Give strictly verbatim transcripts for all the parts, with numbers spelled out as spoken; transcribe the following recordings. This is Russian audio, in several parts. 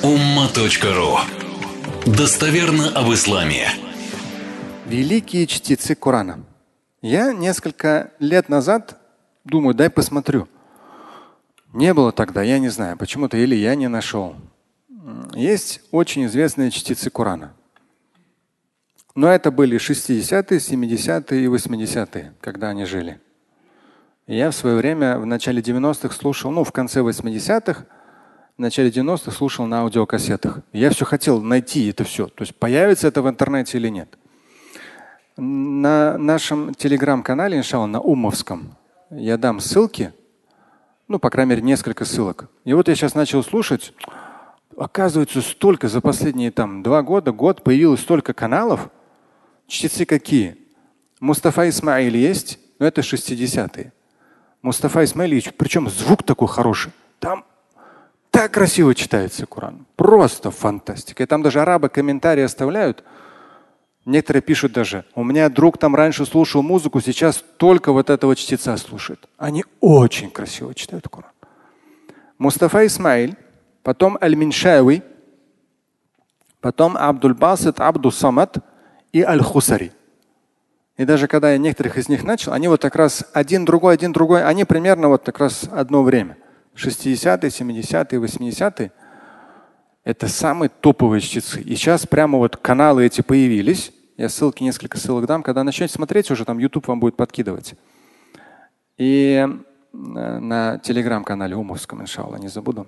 умма точка ру. Достоверно об исламе. Великие чтецы Корана. Я несколько лет назад думаю, дай посмотрю. Не было тогда, я не знаю, почему-то или я не нашел. Есть очень известные чтецы Корана. Но это были шестидесятые, семидесятые и восьмидесятые, когда они жили. И я в свое время в начале девяностых слушал, ну в конце восьмидесятых, в начале девяностых слушал на аудиокассетах. И я все хотел найти это все. То есть появится это в интернете или нет. На нашем телеграм-канале, иншалла, на Уммовском, я дам ссылки, ну, по крайней мере, несколько ссылок. И вот я сейчас начал слушать. Оказывается, столько за последние там два года, год появилось столько каналов. Чтецы какие? Мустафа Исмаиль есть, но это шестидесятые. Мустафа Исмаилевич, причем звук такой хороший. Там так красиво читается Коран. Просто фантастика. И там даже арабы комментарии оставляют. Некоторые пишут даже: у меня друг там раньше слушал музыку, сейчас только вот этого чтеца слушает. Они очень красиво читают Коран. Мустафа Исмаиль, потом Аль-Миншави, потом Абдуль-Басит, Абдус-Самад и Аль-Хусари. И даже когда я некоторых из них начал, они вот как раз один другой, один другой, они примерно вот как раз одно время. шестидесятые, семидесятые, восьмидесятые. Это самые топовые чтецы. И сейчас прямо вот каналы эти появились. Я ссылки, несколько ссылок дам. Когда начнете смотреть, уже там YouTube вам будет подкидывать. И на телеграм-канале Умовском, иншалла, не забуду.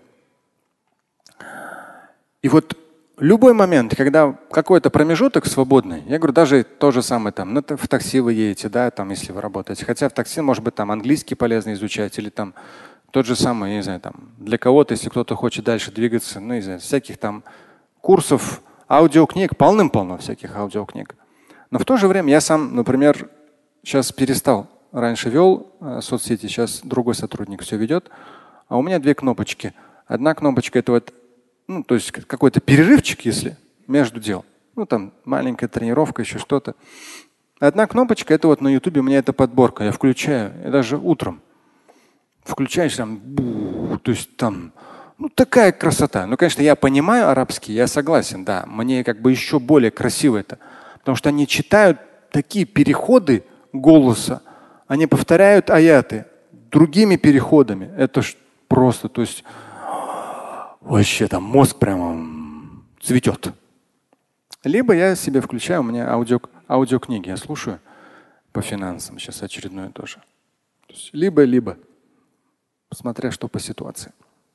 И вот любой момент, когда какой-то промежуток свободный, я говорю, даже то же самое там, ну, в такси вы едете, да, там, если вы работаете. Хотя в такси, может быть, там английский полезно изучать или там тот же самый, я не знаю, там, для кого-то, если кто-то хочет дальше двигаться, ну, не знаю, всяких там курсов, аудиокниг, полным-полно всяких аудиокниг. Но в то же время я сам, например, сейчас перестал. Раньше вел э, соцсети, сейчас другой сотрудник все ведет. А у меня две кнопочки. Одна кнопочка — это вот, ну, то есть какой-то перерывчик, если между дел. Ну, там маленькая тренировка, еще что-то. Одна кнопочка — это вот на Ютубе у меня эта подборка. Я включаю, и даже утром. Включаешь там, то есть там, ну такая красота. Ну, конечно, я понимаю арабский, я согласен, да. Мне как бы еще более красиво это. Потому что они читают такие переходы голоса, они повторяют аяты другими переходами. Это ж просто, то есть вообще там мозг прямо цветет. Либо я себе включаю, у меня аудио, аудиокниги я слушаю по финансам, сейчас очередное тоже. То есть либо-либо. Смотря что по ситуации.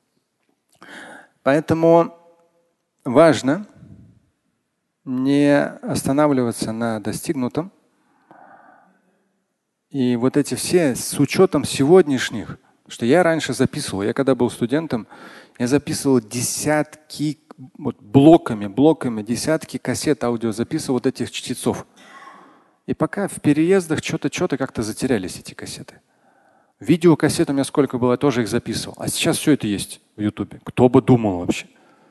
Поэтому важно не останавливаться на достигнутом. И вот эти все с учетом сегодняшних, что я раньше записывал, я когда был студентом, я записывал десятки, вот блоками, блоками, десятки кассет аудио записывал вот этих чтецов. И пока в переездах что-то, что-то как-то затерялись эти кассеты. Видеокассет у меня сколько было, я тоже их записывал. А сейчас все это есть в Ютубе. Кто бы думал вообще.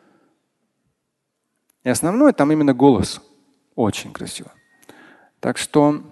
И основное там именно голос. Очень красиво. Так что,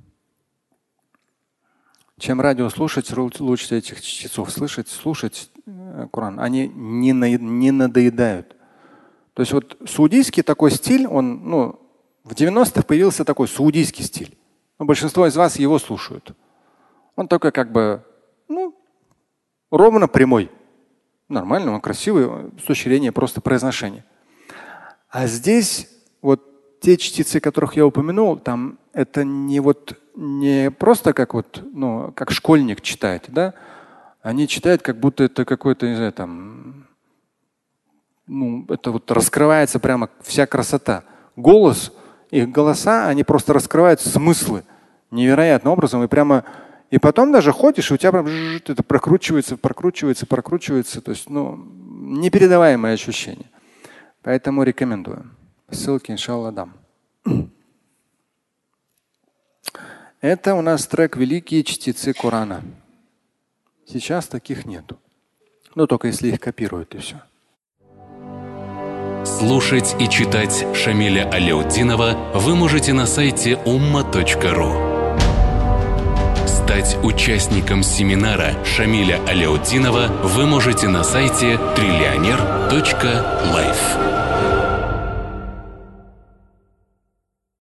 чем радио слушать, лучше этих чтецов слышать, слушать Коран. Они не, на, не надоедают. То есть вот саудийский такой стиль, он, ну, в девяностых появился такой саудийский стиль. Но большинство из вас его слушают. Он только как бы, ну, ровно прямой. Нормально, он красивый с точки зрения просто произношения. А здесь вот те чтецы, которых я упомянул, там это не вот не просто как вот, ну, как школьник читает, да? Они читают, как будто это какой-то, не знаю, там, ну, это вот раскрывается прямо вся красота. Голос, их голоса, они просто раскрывают смыслы невероятным образом и прямо. И потом даже ходишь, и у тебя прям это прокручивается, прокручивается, прокручивается. То есть, ну, непередаваемое ощущение. Поэтому рекомендую. Ссылки, иншалла, дам. Это у нас трек «Великие чтецы Корана». Сейчас таких нету. Ну, только если их копируют, и все. Слушать и читать Шамиля Аляутдинова вы можете на сайте умма точка ру. Стать участником семинара Шамиля Аляутдинова вы можете на сайте триллионер точка лайф.